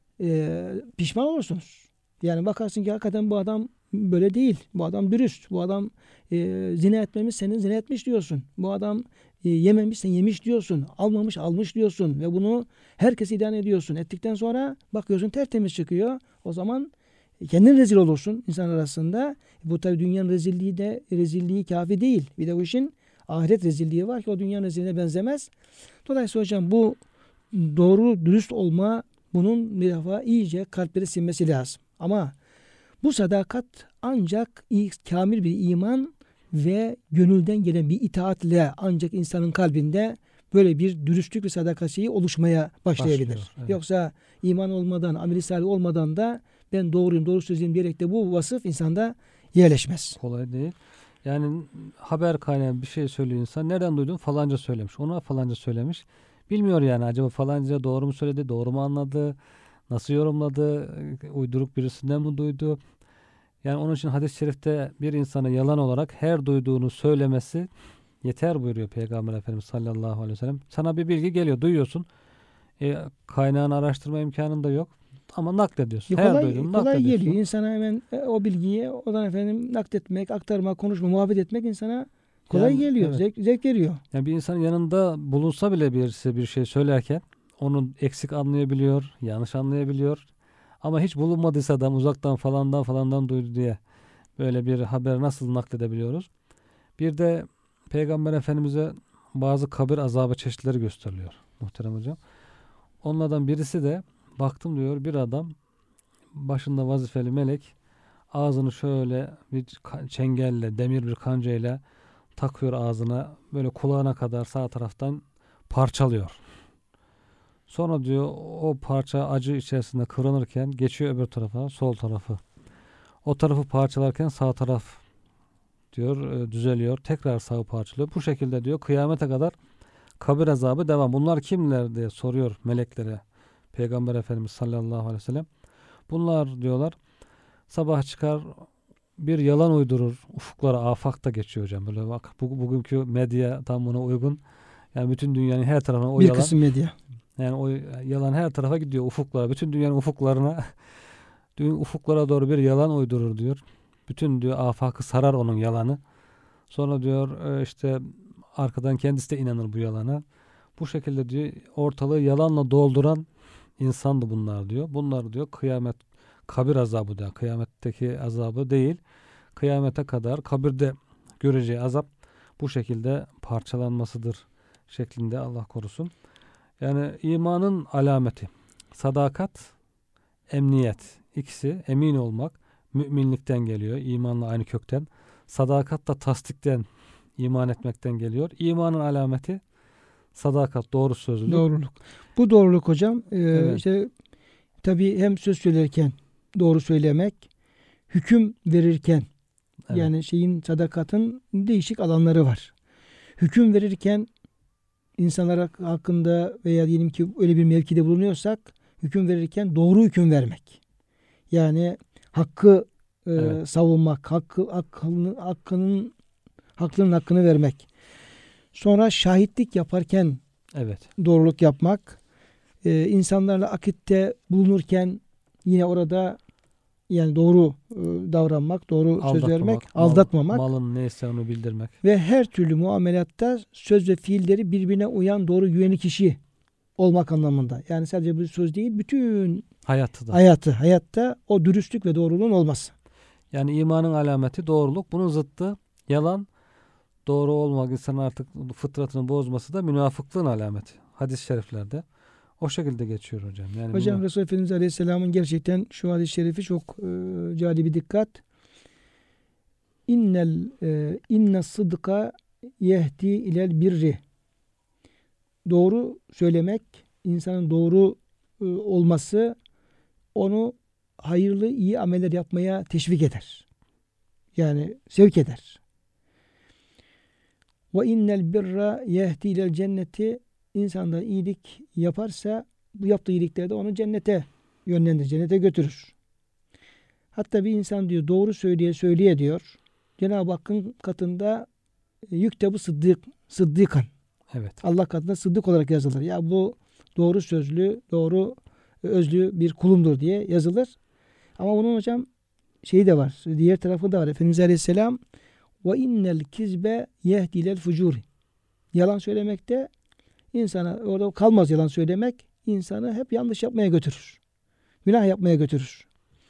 pişman olursunuz. Yani bakarsın ki hakikaten bu adam böyle değil. Bu adam dürüst. Bu adam zina etmemiş, senin zina etmiş diyorsun. Bu adam yememiş, sen yemiş diyorsun. Almamış, almış diyorsun. Ve bunu herkese ilan ediyorsun. Ettikten sonra bakıyorsun tertemiz çıkıyor. O zaman kendin rezil olursun insan arasında. Bu tabii dünyanın rezilliği kafi değil. Bir de bu işin ahiret rezilliği var ki o dünyanın rezilliğine benzemez. Dolayısıyla hocam bu doğru, dürüst olma, bunun bir defa iyice kalpleri sinmesi lazım. Ama bu sadakat ancak kamil bir iman ve gönülden gelen bir itaatle ancak insanın kalbinde böyle bir dürüstlük ve sadakat şeyi oluşmaya başlayabilir. Evet. Yoksa iman olmadan, amel-i salih olmadan da ben doğruyum, doğru söyleyeyim diyerek de bu vasıf insanda yerleşmez. Kolay değil. Yani haber kaynağı bir şey söylüyor insan. Nereden duydun? Falanca söylemiş. Ona falanca söylemiş. Bilmiyor yani acaba falanca doğru mu söyledi, doğru mu anladı, nasıl yorumladı, uyduruk birisinden mi duydu? Yani onun için hadis-i şerifte bir insana yalan olarak her duyduğunu söylemesi yeter buyuruyor Peygamber Efendimiz sallallahu aleyhi ve sellem. Sana bir bilgi geliyor, duyuyorsun. Kaynağını araştırma imkanın da yok. Ama naklediyorsun. Her duyduğunu kolay naklediyorsun. geliyor. İnsana hemen o bilgiyi oradan efendim nakletmek, aktarmak, konuşma, muhabbet etmek insana kolay Yani, geliyor. evet. Zevk veriyor. Yani bir insanın yanında bulunsa bile birisi bir şey söylerken onu eksik anlayabiliyor, yanlış anlayabiliyor. Ama hiç bulunmadıysa adam uzaktan falandan duydu diye böyle bir haber nasıl nakledebiliyoruz? Bir de Peygamber Efendimiz'e bazı kabir azabı çeşitleri gösteriliyor muhterem hocam. Onlardan birisi de baktım diyor bir adam başında vazifeli melek ağzını şöyle bir çengelle, demir bir kancayla takıyor ağzına, böyle kulağına kadar sağ taraftan parçalıyor. Sonra diyor o parça acı içerisinde kıvranırken geçiyor öbür tarafa, sol tarafı. O tarafı parçalarken sağ taraf diyor düzeliyor. Tekrar sağı parçalıyor. Bu şekilde diyor kıyamete kadar kabir azabı devam. Bunlar kimler diye soruyor meleklere Peygamber Efendimiz sallallahu aleyhi ve sellem. Bunlar diyorlar sabah çıkar bir yalan uydurur. Ufuklara, afakta geçiyor hocam. Böyle bak bugünkü medya tam buna uygun. Yani bütün dünyanın her tarafına o bir yalan. kısım medya. Yani o yalan her tarafa gidiyor ufuklara. Bütün dünyanın ufuklarına ufuklara doğru bir yalan uydurur diyor. Bütün diyor afakı sarar onun yalanı. Sonra diyor işte arkadan kendisi de inanır bu yalana. Bu şekilde diyor ortalığı yalanla dolduran insandı bunlar diyor. Bunlar diyor kıyamet kabir azabı da kıyametteki azabı değil. Kıyamete kadar kabirde göreceği azap bu şekilde parçalanmasıdır şeklinde Allah korusun. Yani imanın alameti sadakat, emniyet ikisi emin olmak müminlikten geliyor. İmanla aynı kökten. Sadakat da tasdikten iman etmekten geliyor. İmanın alameti sadakat, doğru sözlülük. Doğruluk. Bu doğruluk hocam Evet. işte tabii hem söz söylerken doğru söylemek, hüküm verirken Evet. yani sadakatın değişik alanları var. Hüküm verirken insanlar hakkında veya diyelim ki öyle bir mevkide bulunuyorsak hüküm verirken doğru hüküm vermek. Yani hakkı Evet. savunmak, haklının hakkını vermek. Sonra şahitlik yaparken Evet. doğruluk yapmak. İnsanlarla akitte bulunurken yine orada yani doğru davranmak, doğru söz vermek, aldatmamak. Malın neyse onu bildirmek. Ve her türlü muamelatta söz ve fiilleri birbirine uyan doğru güvenli kişi olmak anlamında. Yani sadece bir söz değil, bütün hayatta o dürüstlük ve doğruluğun olması. Yani imanın alameti doğruluk. Bunun zıttı yalan, doğru olmak, insanın artık fıtratını bozması da münafıklığın alameti. Hadis-i şeriflerde o şekilde geçiyor hocam. Yani hocam Resulullah Efendimiz Aleyhisselam'ın gerçekten şu hadis-i şerifi çok cali bir dikkat. İnne sıdka yehdi ilel birri. Doğru söylemek, insanın doğru olması onu hayırlı, iyi ameller yapmaya teşvik eder. Yani sevk eder. Ve innel birra yehdi ilel cenneti. İnsanda iyilik yaparsa bu yaptığı iyilikler de onu cennete yönlendirir, cennete götürür. Hatta bir insan diyor doğru söyleye diyor. Cenab-ı Hakk'ın katında yüktebu sıddıkan. Evet. Allah katında sıddık olarak yazılır. Ya bu doğru sözlü, doğru özlü bir kulumdur diye yazılır. Ama bunun hocam şeyi de var. Diğer tarafı da var. Efendimiz Aleyhisselam ve innel kizbe yehdilel fucuri. Yalan söylemekte insana orada kalmaz yalan söylemek. İnsanı hep yanlış yapmaya götürür. Günah yapmaya götürür.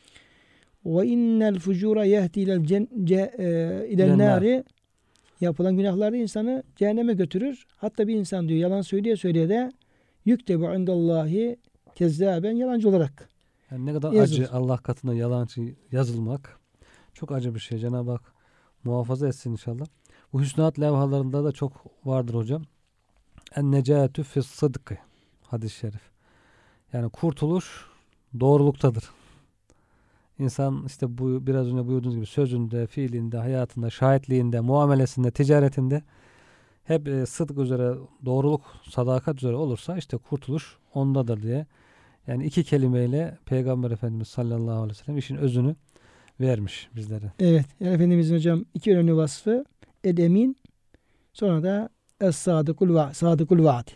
Ve innel fucura yehdilel ilel nari. Yapılan günahlar insanı cehenneme götürür. Hatta bir insan diyor yalan söyleye de yüktebu indallahi kezzaben yalancı olarak. Yani ne kadar yazılır. acı Allah katında yalancı yazılmak. Çok acı bir şey. Cenab-ı Hak muhafaza etsin inşallah. Bu hüsnat levhalarında da çok vardır hocam. En necatü fis sıdkı. Hadis-i şerif. Yani kurtuluş doğruluktadır. İnsan işte bu biraz önce buyurduğunuz gibi sözünde, fiilinde, hayatında, şahitliğinde, muamelesinde, ticaretinde hep sıdk üzere, doğruluk, sadakat üzere olursa işte kurtuluş ondadır diye. Yani iki kelimeyle Peygamber Efendimiz sallallahu aleyhi ve sellem işin özünü vermiş bizlere. Evet. Yani Efendimizin hocam iki önemli vasfı el-emin, sonra da es-sadıkul vaadi.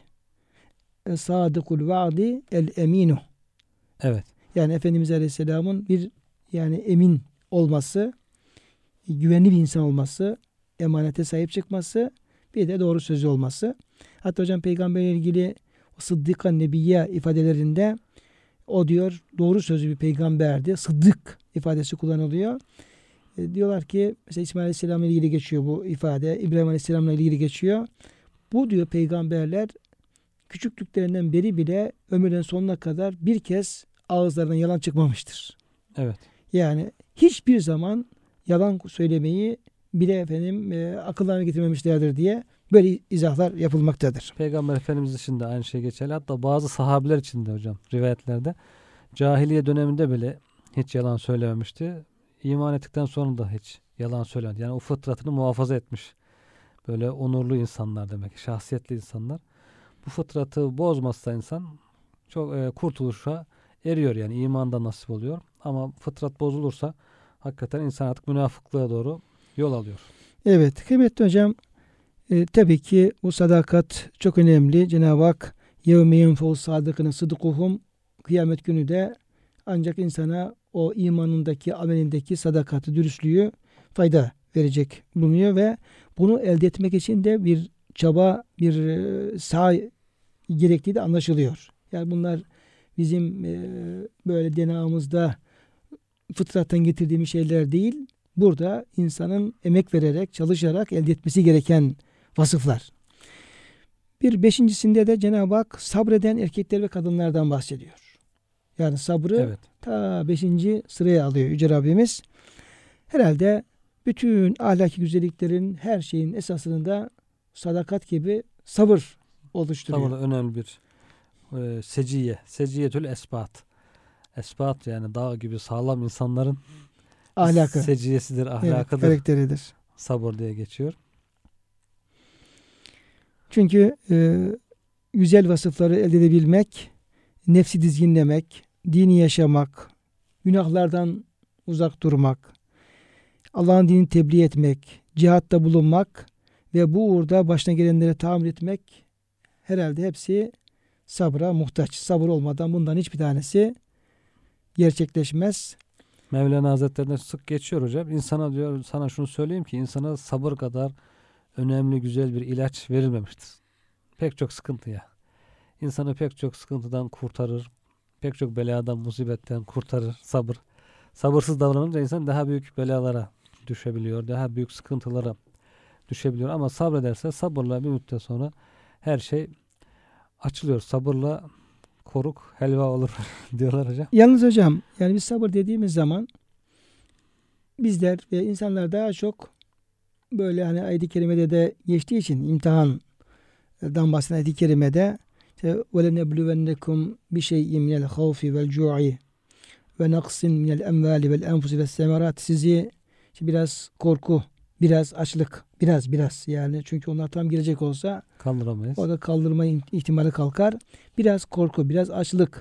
Es-sadıkul vaadi el-eminu. Evet. Yani Efendimiz Aleyhisselam'ın bir yani emin olması, güvenli bir insan olması, emanete sahip çıkması, bir de doğru sözlü olması. Hatta hocam peygamberle ilgili o sıddıkan nebiyye ifadelerinde o diyor doğru sözlü bir peygamberdi. Sıddık ifadesi kullanılıyor. Diyorlar ki mesela İsmail Aleyhisselam'la ilgili geçiyor bu ifade. İbrahim Aleyhisselam'la ilgili geçiyor. Bu diyor peygamberler küçüklüklerinden beri bile ömrünün sonuna kadar bir kez ağızlarından yalan çıkmamıştır. Evet. Yani hiçbir zaman yalan söylemeyi bile akıllarına getirmemişlerdir diye böyle izahlar yapılmaktadır. Peygamber Efendimiz için de aynı şey geçerli. Hatta bazı sahabeler için de hocam rivayetlerde cahiliye döneminde bile hiç yalan söylememişti. İman ettikten sonra da hiç yalan söylemedi. Yani o fıtratını muhafaza etmiş. Böyle onurlu insanlar demek. Şahsiyetli insanlar. Bu fıtratı bozmazsa insan çok kurtuluşa eriyor, yani imandan nasip oluyor. Ama fıtrat bozulursa hakikaten insan artık münafıklığa doğru yol alıyor. Evet kıymetli hocam, tabii ki bu sadakat çok önemli. Cenab-ı Hak yevme yenfe'u sadıkına sıdıkuhum, kıyamet günü de ancak insana o imanındaki, amelindeki sadakati, dürüstlüğü fayda verecek bulunuyor ve bunu elde etmek için de bir çaba, bir saha gerektiği de anlaşılıyor. Yani bunlar bizim böyle denamızda fıtrattan getirdiğimiz şeyler değil. Burada insanın emek vererek, çalışarak elde etmesi gereken vasıflar. Bir beşincisinde de Cenab-ı Hak sabreden erkekler ve kadınlardan bahsediyor. Yani sabrı ta 5. sıraya alıyor Yüce Rabbimiz. Herhalde bütün ahlaki güzelliklerin, her şeyin esasında sadakat gibi sabır oluşturuyor. Sabır önemli bir seciye. Seciyetül esbat. Esbat yani dağ gibi sağlam insanların ahlakı. Seciyesidir, ahlakıdır. Evet, karakteridir. Sabır diye geçiyor. Çünkü güzel vasıfları elde edebilmek, nefsi dizginlemek, dini yaşamak, günahlardan uzak durmak, Allah'ın dinini tebliğ etmek, cihatta bulunmak ve bu uğurda başına gelenlere tahammül etmek, herhalde hepsi sabra muhtaç. Sabır olmadan bundan hiçbir tanesi gerçekleşmez. Mevlana Hazretleri'ne sık geçiyor hocam. İnsana diyor, sana şunu söyleyeyim ki insana sabır kadar önemli, güzel bir ilaç verilmemiştir. Pek çok sıkıntıya. İnsanı pek çok sıkıntıdan kurtarır. Pek çok beladan, musibetten kurtarır sabır. Sabırsız davranınca insan daha büyük belalara düşebiliyor. Daha büyük sıkıntılara düşebiliyor. Ama sabrederse sabırla bir müddet sonra her şey açılıyor. Sabırla koruk helva olur diyorlar hocam. Yalnız hocam yani biz sabır dediğimiz zaman bizler ve insanlar daha çok böyle hani ayet-i kerimede de geçtiği için imtihandan bahseden ayet-i kerimede وَلَنَبْلُوَنَّكُمْ بِشَيْءٍ مِنَ الْخَوْفِ وَالْجُوعِ وَنَقْصٍ مِنَ الْاَمْوَالِ وَالْاَنْفُسِ وَالثَّمَرَاتِ sizi biraz korku, biraz açlık, biraz yani çünkü onlar tam gelecek olsa kaldıramayız. o da kaldırma ihtimali kalkar. Biraz korku, biraz açlık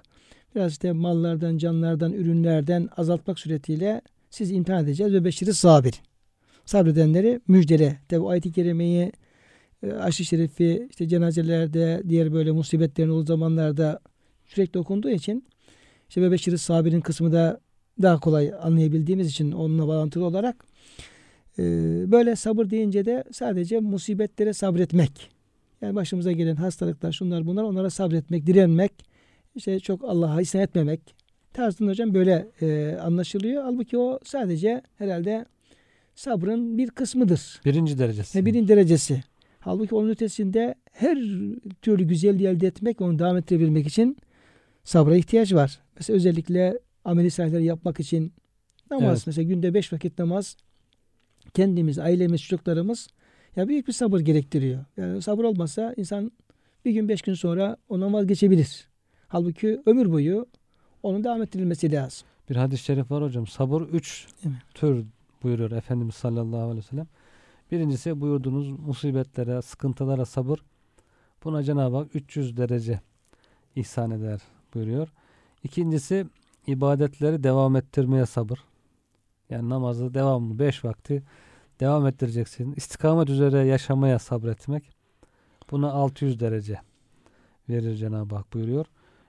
biraz işte mallardan, canlardan, ürünlerden azaltmak suretiyle sizi imtihan edeceğiz ve beşiri sabir. Sabredenleri müjdele. Tabi ayet-i kerimeyi aşı şerifi işte cenazelerde, diğer böyle musibetlerin olduğu zamanlarda sürekli okunduğu için işte ve beşiri sabirin kısmı da daha kolay anlayabildiğimiz için onunla bağlantılı olarak böyle sabır deyince de sadece musibetlere sabretmek. Yani başımıza gelen hastalıklar, şunlar bunlar, onlara sabretmek, direnmek, işte çok Allah'a isyan etmemek tarzında hocam böyle anlaşılıyor. Halbuki o sadece herhalde sabrın bir kısmıdır. Birinci derecesi. Birinci derecesi. Halbuki onun ötesinde her türlü güzelliği elde etmek, onu devam ettirebilmek için sabra ihtiyaç var. Mesela özellikle ameli salihleri yapmak için namaz, Evet. mesela günde 5 vakit namaz, kendimiz, ailemiz, çocuklarımız ya büyük bir sabır gerektiriyor. Yani sabır olmasa insan bir gün 5 gün sonra ondan vazgeçebilir. Halbuki ömür boyu onun devam ettirilmesi lazım. Bir hadis-i şerif var hocam. Sabır 3 Evet. tür buyuruyor Efendimiz sallallahu aleyhi ve sellem. Birincisi buyurduğunuz musibetlere, sıkıntılara sabır. Buna Cenab-ı Hak 300 derece ihsan eder buyuruyor. İkincisi ibadetleri devam ettirmeye sabır. Yani namazı devamlı 5 vakti devam ettireceksin. İstikamet üzere yaşamaya sabretmek. Buna 600 derece verir Cenab-ı Hak buyuruyor.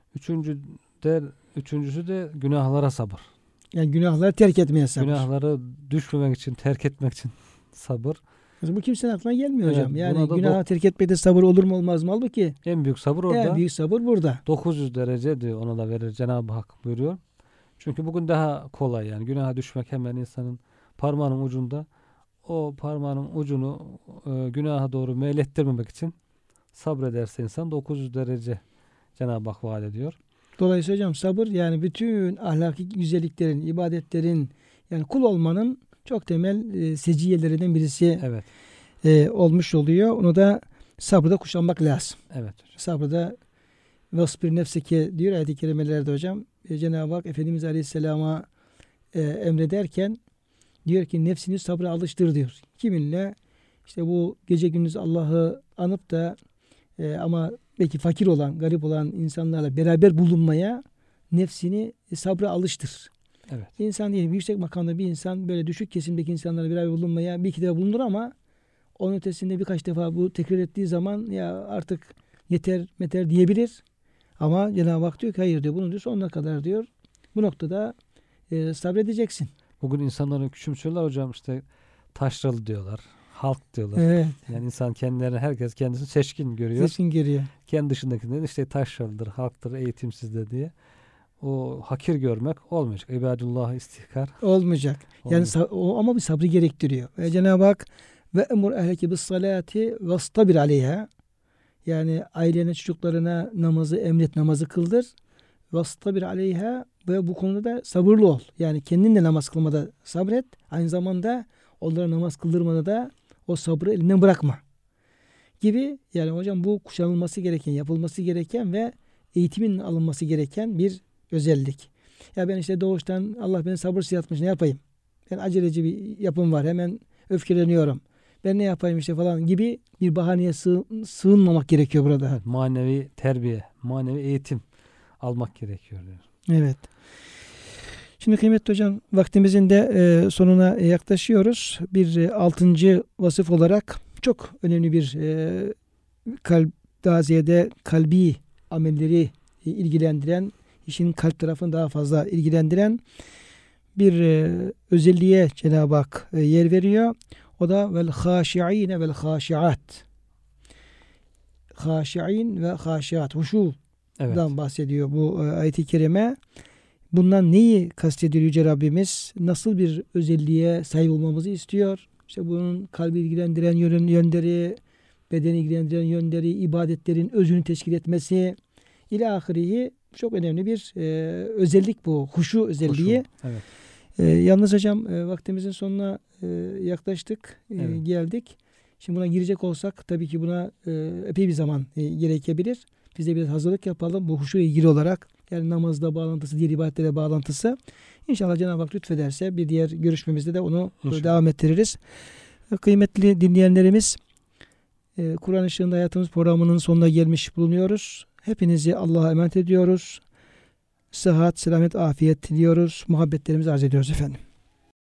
Üçüncüsü de günahlara sabır. Yani günahları terk etmeye sabır. Günahları düşmemek için, terk etmek için sabır. Mesela bu kimsenin aklına gelmiyor hocam. Evet, Yani buna da günahı terk etmekte sabır olur mu olmaz mı? Halbuki en büyük sabır orada. en büyük sabır burada. 900 derece diyor, ona da verir Cenab-ı Hak buyuruyor. Çünkü bugün daha kolay yani. Günaha düşmek hemen insanın parmağının ucunda. O parmağının ucunu günaha doğru meylettirmemek için sabrederse insan 900 derece Cenab-ı Hak vaat ediyor. Dolayısıyla hocam sabır yani bütün ahlaki güzelliklerin, ibadetlerin yani kul olmanın çok temel seciyelerinden birisi Evet. olmuş oluyor. Onu da sabrda kuşanmak lazım. Evet. Sabrda vasbir nefseke diyor ayet-i kerimelerde hocam. Cenab-ı Hak Efendimiz Aleyhisselam'a emrederken diyor ki nefsini sabra alıştır diyor. Kiminle? İşte bu gece gündüz Allah'ı anıp da ama belki fakir olan, garip olan insanlarla beraber bulunmaya nefsini sabra alıştır. Evet. İnsan değil, yüksek makamda bir insan böyle düşük kesimdeki insanlarla beraber bulunmaya bir iki defa bulunur ama onun ötesinde birkaç defa bu tekrar ettiği zaman ya artık yeter meter diyebilir. Ama Cenab-ı Hak diyor ki hayır diyor, bunu diyor sonuna kadar diyor. Bu noktada sabredeceksin. Bugün insanları küçümsüyorlar hocam, işte taşralı diyorlar. Halk diyorlar. Evet. Yani insan kendilerini, herkes kendisini seçkin görüyor. Seçkin geliyor. Kendi dışındakiler işte taşralıdır, halktır, eğitimsizdir diye. O hakir görmek olmayacak. İbadullah istihkar. Olmayacak. Yani Olmayacak. ama bir sabrı gerektiriyor. Ve Cenab-ı Hak ve emur ehleki bis salati vastabir aleyha. Yani ailene, çocuklarına namazı emret, namazı kıldır. Vastabir aleyha ve bu konuda da sabırlı ol. Yani kendin de namaz kılmada sabret. Aynı zamanda onlara namaz kıldırmada da o sabrı elinden bırakma. Gibi yani hocam bu kuşanılması gereken, yapılması gereken ve eğitimin alınması gereken bir özellik. Ya ben işte doğuştan Allah beni sabırsız yaratmış, ne yapayım? Ben aceleci bir yapım var, hemen öfkeleniyorum. Ben ne yapayım işte falan gibi bir bahaneye sığınmamak gerekiyor burada. Evet, manevi terbiye, manevi eğitim almak gerekiyor diyor. Evet. Şimdi kıymetli hocam vaktimizin de sonuna yaklaşıyoruz. Bir 6. vasıf olarak çok önemli bir daha ziyade kalbi amelleri ilgilendiren, işin kalp tarafını daha fazla ilgilendiren bir özelliğe Cenab-ı Hak yer veriyor. O da vel haşi'ine vel haşi'at. Haşi'in ve haşi'at. Huşu'dan bahsediyor bu ayet-i kerime. Bundan neyi kastediyor Yüce Rabbimiz? Nasıl bir özelliğe sahip olmamızı istiyor? İşte bunun kalbi ilgilendiren yönleri, bedeni ilgilendiren yönleri, ibadetlerin özünü teşkil etmesi ile ahirihi çok önemli bir özellik bu. Huşu özelliği. Huşu, evet. Yalnız hocam vaktimizin sonuna yaklaştık, Evet. geldik. Şimdi buna girecek olsak tabii ki buna epey bir zaman gerekebilir. Biz de biraz hazırlık yapalım bu huşuyla ilgili olarak. Yani namazda bağlantısı, diğer ibadetlere bağlantısı. İnşallah Cenab-ı Hak lütfederse bir diğer görüşmemizde de onu devam ettiririz. Kıymetli dinleyenlerimiz, Kur'an Işığında Hayatımız programının sonuna gelmiş bulunuyoruz. Hepinizi Allah'a emanet ediyoruz. sıhhat, selamet, afiyet diliyoruz. Muhabbetlerimizi arz ediyoruz efendim.